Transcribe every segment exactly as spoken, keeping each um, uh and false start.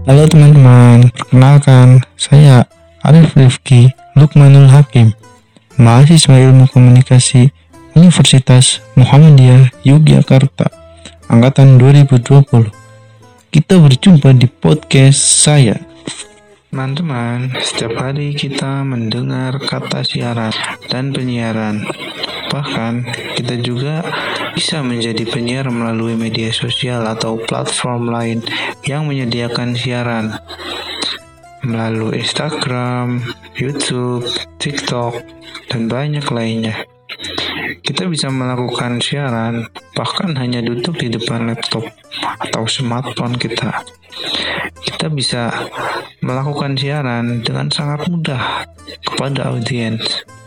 Halo teman-teman, perkenalkan saya Arif Rifki Lukmanul Hakim, mahasiswa Ilmu Komunikasi Universitas Muhammadiyah Yogyakarta, angkatan dua ribu dua puluh. Kita berjumpa di podcast saya. Teman-teman, setiap hari kita mendengar kata siaran dan penyiaran. Bahkan, kita juga bisa menjadi penyiar melalui media sosial atau platform lain yang menyediakan siaran melalui Instagram, YouTube, TikTok, dan banyak lainnya. Kita bisa melakukan siaran bahkan hanya duduk di depan laptop atau smartphone kita. Kita bisa melakukan siaran dengan sangat mudah kepada audiens.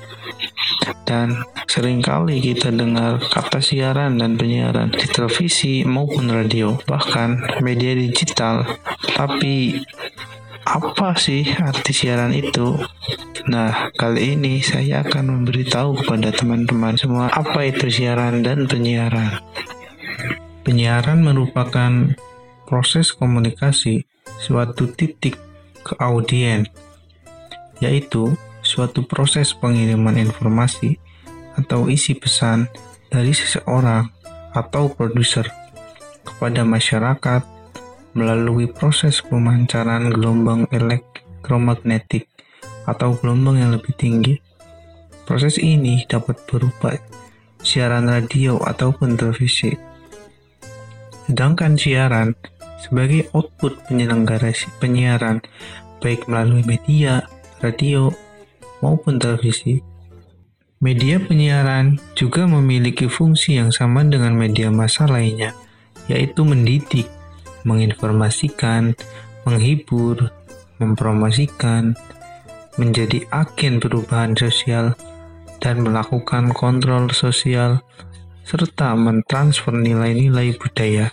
Dan seringkali kita dengar kata siaran dan penyiaran di televisi maupun radio, bahkan media digital. Tapi apa sih arti siaran itu? Nah, kali ini saya akan memberitahu kepada teman-teman semua apa itu siaran dan penyiaran. Penyiaran merupakan proses komunikasi suatu titik ke audiens, yaitu suatu proses pengiriman informasi atau isi pesan dari seseorang atau produser kepada masyarakat melalui proses pemancaran gelombang elektromagnetik atau gelombang yang lebih tinggi. Proses ini dapat berupa siaran radio ataupun televisi. Sedangkan siaran sebagai output penyelenggara penyiaran baik melalui media, radio, maupun televisi. Media penyiaran juga memiliki fungsi yang sama dengan media massa lainnya, yaitu mendidik, menginformasikan, menghibur, mempromosikan, menjadi agen perubahan sosial, dan melakukan kontrol sosial, serta mentransfer nilai-nilai budaya.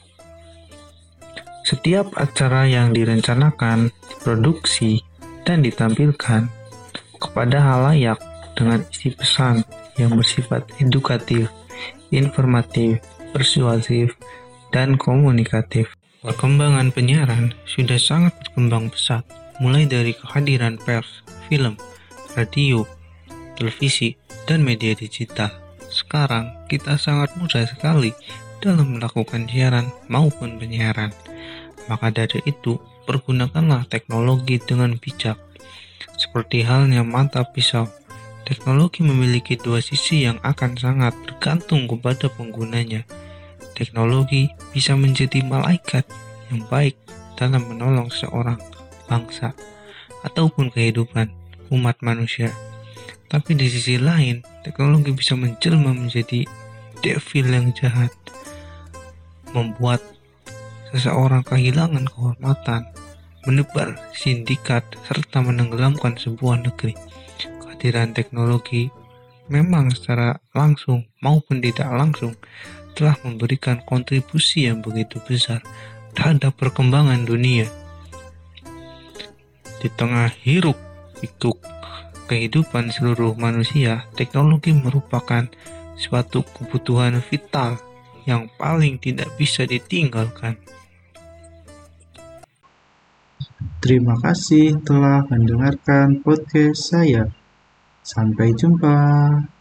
Setiap acara yang direncanakan, diproduksi, dan ditampilkan kepada halayak dengan isi pesan yang bersifat edukatif, informatif, persuasif, dan komunikatif. Perkembangan penyiaran sudah sangat berkembang pesat, mulai dari kehadiran pers, film, radio, televisi, dan media digital. Sekarang kita sangat mudah sekali dalam melakukan siaran maupun penyiaran. Maka dari itu, pergunakanlah teknologi dengan bijak. Seperti halnya mata pisau, teknologi memiliki dua sisi yang akan sangat bergantung kepada penggunanya. Teknologi bisa menjadi malaikat yang baik dalam menolong seorang bangsa ataupun kehidupan umat manusia. Tapi di sisi lain, teknologi bisa menjelma menjadi devil yang jahat, membuat seseorang kehilangan kehormatan, menebar sindikat, serta menenggelamkan sebuah negeri. Kehadiran teknologi memang secara langsung maupun tidak langsung telah memberikan kontribusi yang begitu besar terhadap perkembangan dunia. Di tengah hiruk pikuk kehidupan seluruh manusia, teknologi merupakan suatu kebutuhan vital yang paling tidak bisa ditinggalkan. Terima kasih telah mendengarkan podcast saya. Sampai jumpa.